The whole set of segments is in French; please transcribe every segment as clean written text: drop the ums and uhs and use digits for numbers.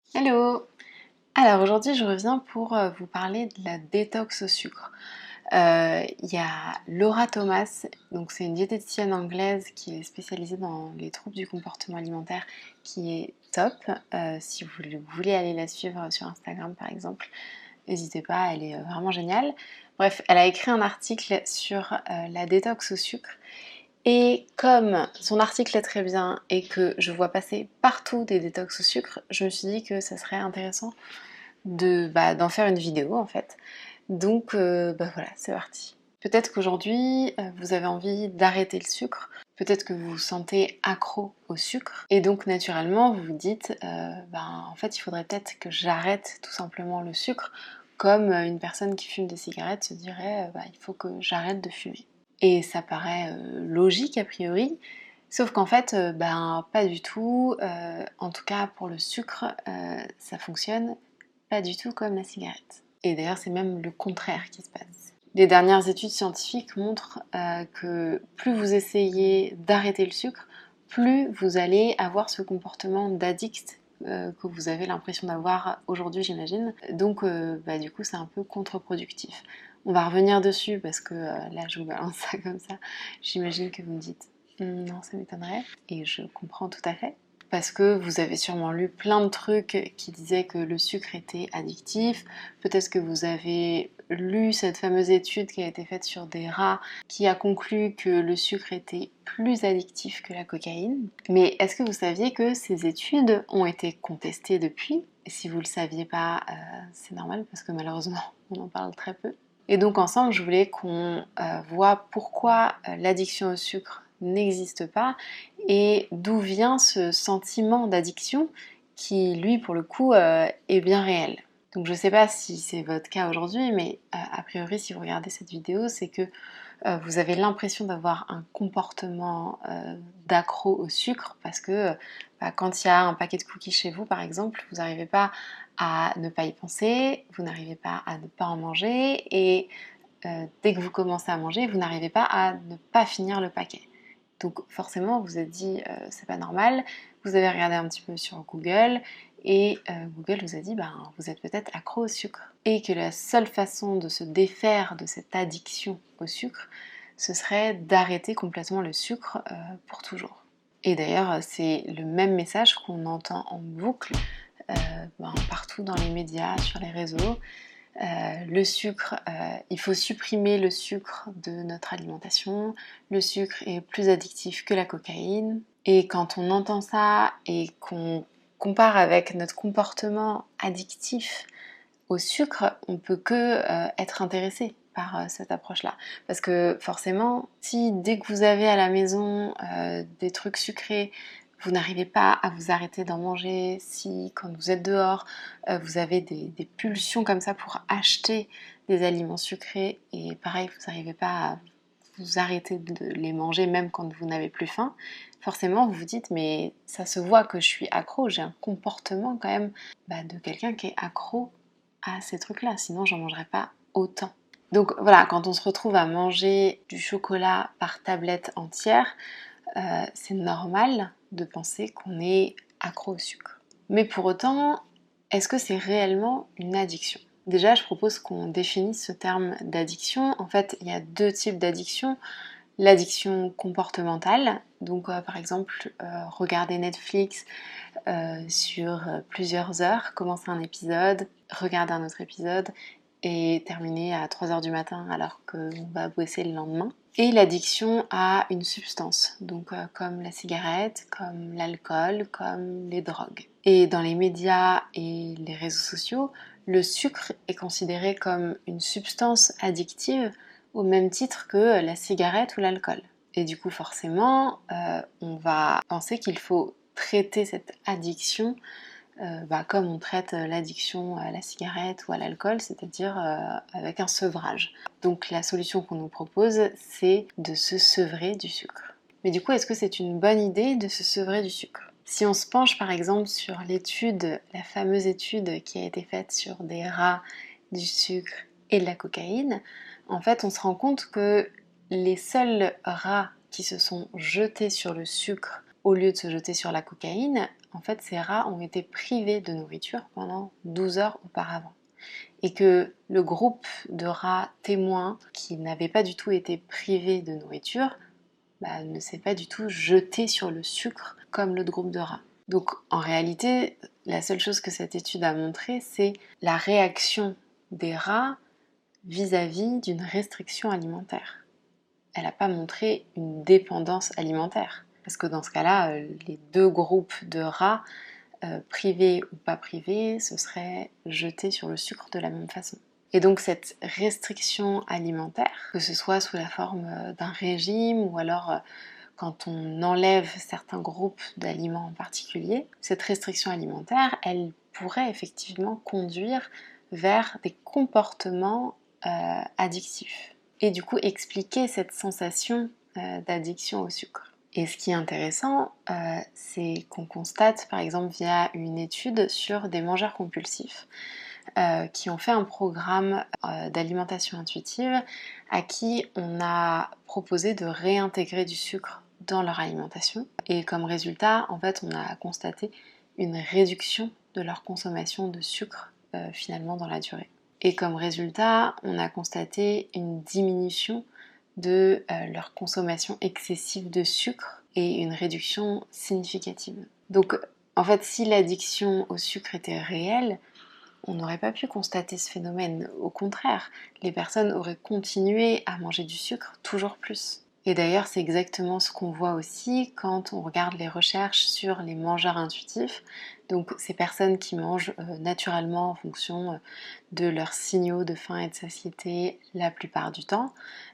Hello! Alors aujourd'hui je reviens pour vous parler de la détox au sucre. Il y a Laura Thomas, donc c'est une diététicienne anglaise qui est spécialisée dans les troubles du comportement alimentaire, qui est top. Si vous voulez aller la suivre sur Instagram par exemple, n'hésitez pas, elle est vraiment géniale. Bref, elle a écrit un article sur la détox au sucre. Et comme son article est très bien et que je vois passer partout des détox au sucre, je me suis dit que ça serait intéressant d'en faire une vidéo en fait. Donc voilà, c'est parti. Peut-être qu'aujourd'hui vous avez envie d'arrêter le sucre, peut-être que vous vous sentez accro au sucre et donc naturellement vous vous dites en fait il faudrait peut-être que j'arrête tout simplement le sucre comme une personne qui fume des cigarettes se dirait il faut que j'arrête de fumer. Et ça paraît logique a priori, sauf qu'en fait, pas du tout. En tout cas, pour le sucre, ça fonctionne pas du tout comme la cigarette. Et d'ailleurs, c'est même le contraire qui se passe. Les dernières études scientifiques montrent que plus vous essayez d'arrêter le sucre, plus vous allez avoir ce comportement d'addict que vous avez l'impression d'avoir aujourd'hui, j'imagine. Donc, du coup, c'est un peu contre-productif. On va revenir dessus parce que là, je vous balance ça comme ça. J'imagine que vous me dites non, ça m'étonnerait. Et je comprends tout à fait. Parce que vous avez sûrement lu plein de trucs qui disaient que le sucre était addictif. Peut-être que vous avez lu cette fameuse étude qui a été faite sur des rats qui a conclu que le sucre était plus addictif que la cocaïne. Mais est-ce que vous saviez que ces études ont été contestées depuis? Et si vous ne le saviez pas, c'est normal parce que malheureusement on en parle très peu. Et donc ensemble, je voulais qu'on voit pourquoi l'addiction au sucre n'existe pas et d'où vient ce sentiment d'addiction qui, lui, pour le coup, est bien réel. Donc je ne sais pas si c'est votre cas aujourd'hui, mais a priori, si vous regardez cette vidéo, c'est que vous avez l'impression d'avoir un comportement d'accro au sucre parce que quand il y a un paquet de cookies chez vous, par exemple, vous n'arrivez pas à ne pas y penser, vous n'arrivez pas à ne pas en manger et dès que vous commencez à manger, vous n'arrivez pas à ne pas finir le paquet. Donc forcément, vous vous êtes dit c'est pas normal. Vous avez regardé un petit peu sur Google et Google vous a dit vous êtes peut-être accro au sucre. Et que la seule façon de se défaire de cette addiction au sucre, ce serait d'arrêter complètement le sucre pour toujours. Et d'ailleurs, c'est le même message qu'on entend en boucle partout dans les médias, sur les réseaux. Le sucre, il faut supprimer le sucre de notre alimentation. Le sucre est plus addictif que la cocaïne. Et quand on entend ça et qu'on compare avec notre comportement addictif au sucre, on peut que être intéressé par cette approche-là. Parce que forcément, si dès que vous avez à la maison des trucs sucrés, vous n'arrivez pas à vous arrêter d'en manger, si quand vous êtes dehors, vous avez des pulsions comme ça pour acheter des aliments sucrés, et pareil, vous n'arrivez pas à vous arrêter de les manger même quand vous n'avez plus faim, forcément vous vous dites mais ça se voit que je suis accro, j'ai un comportement quand même de quelqu'un qui est accro à ces trucs-là, sinon j'en mangerais pas autant. Donc voilà, quand on se retrouve à manger du chocolat par tablette entière, c'est normal de penser qu'on est accro au sucre. Mais pour autant, est-ce que c'est réellement une addiction? Déjà, je propose qu'on définisse ce terme d'addiction. En fait, il y a deux types d'addiction. L'addiction comportementale, donc par exemple regarder Netflix sur plusieurs heures, commencer un épisode, regarder un autre épisode et terminer à 3 heures du matin alors qu'on va bosser le lendemain. Et l'addiction à une substance, donc comme la cigarette, comme l'alcool, comme les drogues. Et dans les médias et les réseaux sociaux, le sucre est considéré comme une substance addictive au même titre que la cigarette ou l'alcool. Et du coup, forcément, on va penser qu'il faut traiter cette addiction comme on traite l'addiction à la cigarette ou à l'alcool, c'est-à-dire avec un sevrage. Donc la solution qu'on nous propose, c'est de se sevrer du sucre. Mais du coup, est-ce que c'est une bonne idée de se sevrer du sucre? Si on se penche par exemple sur l'étude, la fameuse étude qui a été faite sur des rats, du sucre et de la cocaïne, en fait on se rend compte que les seuls rats qui se sont jetés sur le sucre au lieu de se jeter sur la cocaïne, en fait ces rats ont été privés de nourriture pendant 12 heures auparavant. Et que le groupe de rats témoins qui n'avaient pas du tout été privés de nourriture ne s'est pas du tout jeté sur le sucre comme l'autre groupe de rats. Donc en réalité, la seule chose que cette étude a montré, c'est la réaction des rats vis-à-vis d'une restriction alimentaire. Elle n'a pas montré une dépendance alimentaire. Parce que dans ce cas-là, les deux groupes de rats, privés ou pas privés, se seraient jetés sur le sucre de la même façon. Et donc cette restriction alimentaire, que ce soit sous la forme d'un régime ou alors quand on enlève certains groupes d'aliments en particulier, cette restriction alimentaire, elle pourrait effectivement conduire vers des comportements addictifs. Et du coup expliquer cette sensation d'addiction au sucre. Et ce qui est intéressant, c'est qu'on constate par exemple via une étude sur des mangeurs compulsifs qui ont fait un programme d'alimentation intuitive à qui on a proposé de réintégrer du sucre dans leur alimentation. Et comme résultat, en fait, on a constaté une réduction de leur consommation de sucre finalement dans la durée. Et comme résultat, on a constaté une diminution de leur consommation excessive de sucre et une réduction significative. Donc en fait, si l'addiction au sucre était réelle, on n'aurait pas pu constater ce phénomène. Au contraire, les personnes auraient continué à manger du sucre toujours plus. Et d'ailleurs, c'est exactement ce qu'on voit aussi quand on regarde les recherches sur les mangeurs intuitifs. Donc ces personnes qui mangent naturellement en fonction de leurs signaux de faim et de satiété la plupart du temps.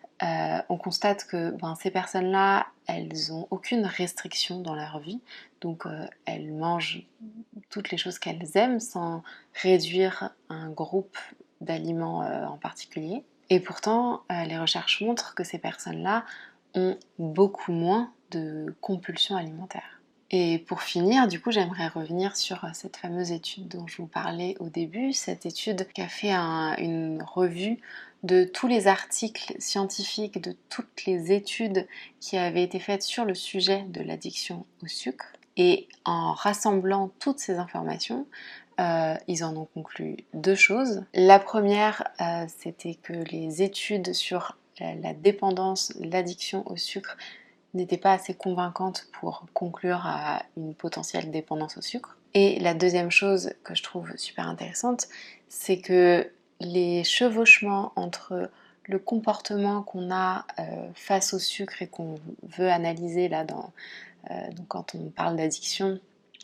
On constate que ces personnes-là, elles n'ont aucune restriction dans leur vie, donc elles mangent toutes les choses qu'elles aiment sans réduire un groupe d'aliments en particulier. Et pourtant, les recherches montrent que ces personnes-là ont beaucoup moins de compulsions alimentaires. Et pour finir, du coup, j'aimerais revenir sur cette fameuse étude dont je vous parlais au début, cette étude qui a fait une revue de tous les articles scientifiques, de toutes les études qui avaient été faites sur le sujet de l'addiction au sucre. Et en rassemblant toutes ces informations, ils en ont conclu deux choses. La première, c'était que les études sur la dépendance, l'addiction au sucre n'étaient pas assez convaincantes pour conclure à une potentielle dépendance au sucre. Et la deuxième chose que je trouve super intéressante, c'est que les chevauchements entre le comportement qu'on a face au sucre et qu'on veut analyser là donc quand on parle d'addiction,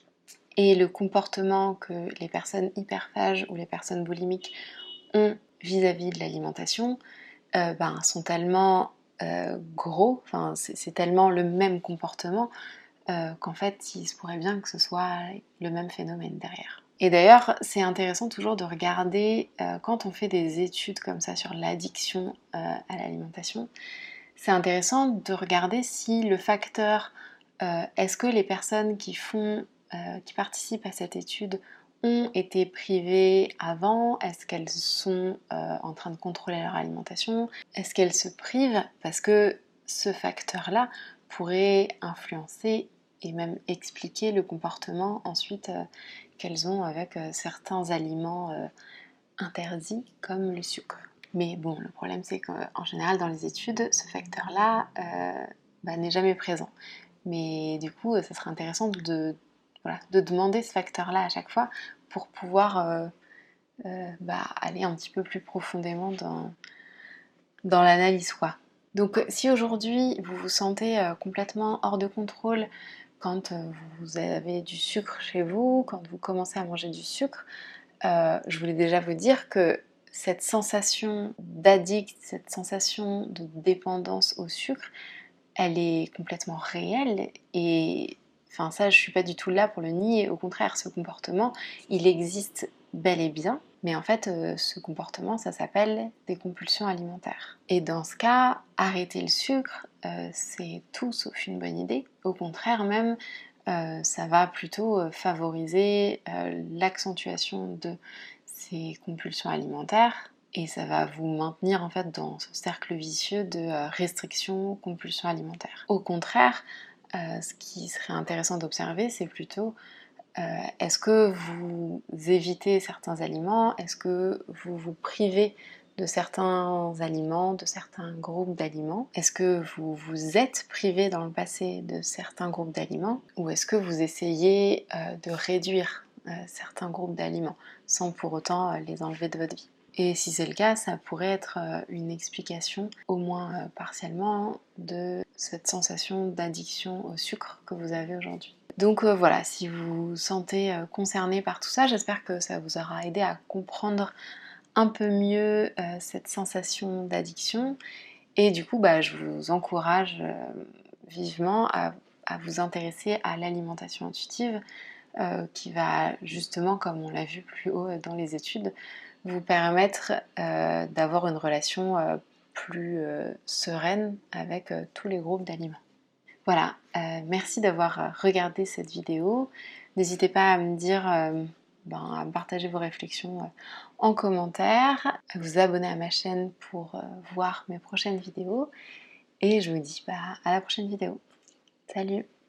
et le comportement que les personnes hyperphages ou les personnes boulimiques ont vis-à-vis de l'alimentation sont tellement gros, c'est tellement le même comportement qu'en fait il se pourrait bien que ce soit le même phénomène derrière. Et d'ailleurs c'est intéressant toujours de regarder quand on fait des études comme ça sur l'addiction à l'alimentation, c'est intéressant de regarder si le facteur est-ce que les personnes qui participent à cette étude ont été privées avant? Est-ce qu'elles sont en train de contrôler leur alimentation? Est-ce qu'elles se privent? Parce que ce facteur-là pourrait influencer et même expliquer le comportement ensuite qu'elles ont avec certains aliments interdits comme le sucre. Mais bon, le problème c'est qu'en général dans les études, ce facteur-là n'est jamais présent. Mais du coup, ça serait intéressant de demander ce facteur-là à chaque fois pour pouvoir aller un petit peu plus profondément dans l'analyse, quoi. Donc si aujourd'hui vous vous sentez complètement hors de contrôle quand vous avez du sucre chez vous, quand vous commencez à manger du sucre, je voulais déjà vous dire que cette sensation d'addict, cette sensation de dépendance au sucre, elle est complètement réelle et ça je suis pas du tout là pour le nier, au contraire ce comportement il existe bel et bien, mais en fait ce comportement ça s'appelle des compulsions alimentaires. Et dans ce cas, arrêter le sucre c'est tout sauf une bonne idée, au contraire même ça va plutôt favoriser l'accentuation de ces compulsions alimentaires et ça va vous maintenir en fait dans ce cercle vicieux de restriction, compulsion alimentaire. Au contraire, ce qui serait intéressant d'observer, c'est plutôt est-ce que vous évitez certains aliments? Est-ce que vous vous privez de certains aliments, de certains groupes d'aliments? Est-ce que vous vous êtes privé dans le passé de certains groupes d'aliments? Ou est-ce que vous essayez de réduire certains groupes d'aliments sans pour autant les enlever de votre vie? Et si c'est le cas, ça pourrait être une explication, au moins partiellement, de cette sensation d'addiction au sucre que vous avez aujourd'hui. Donc voilà, si vous vous sentez concerné par tout ça, j'espère que ça vous aura aidé à comprendre un peu mieux cette sensation d'addiction. Et du coup, je vous encourage vivement à vous intéresser à l'alimentation intuitive qui va justement, comme on l'a vu plus haut dans les études, vous permettre d'avoir une relation plus sereine avec tous les groupes d'aliments. Voilà, merci d'avoir regardé cette vidéo. N'hésitez pas à me dire, à me partager vos réflexions en commentaire, à vous abonner à ma chaîne pour voir mes prochaines vidéos. Et je vous dis à la prochaine vidéo. Salut!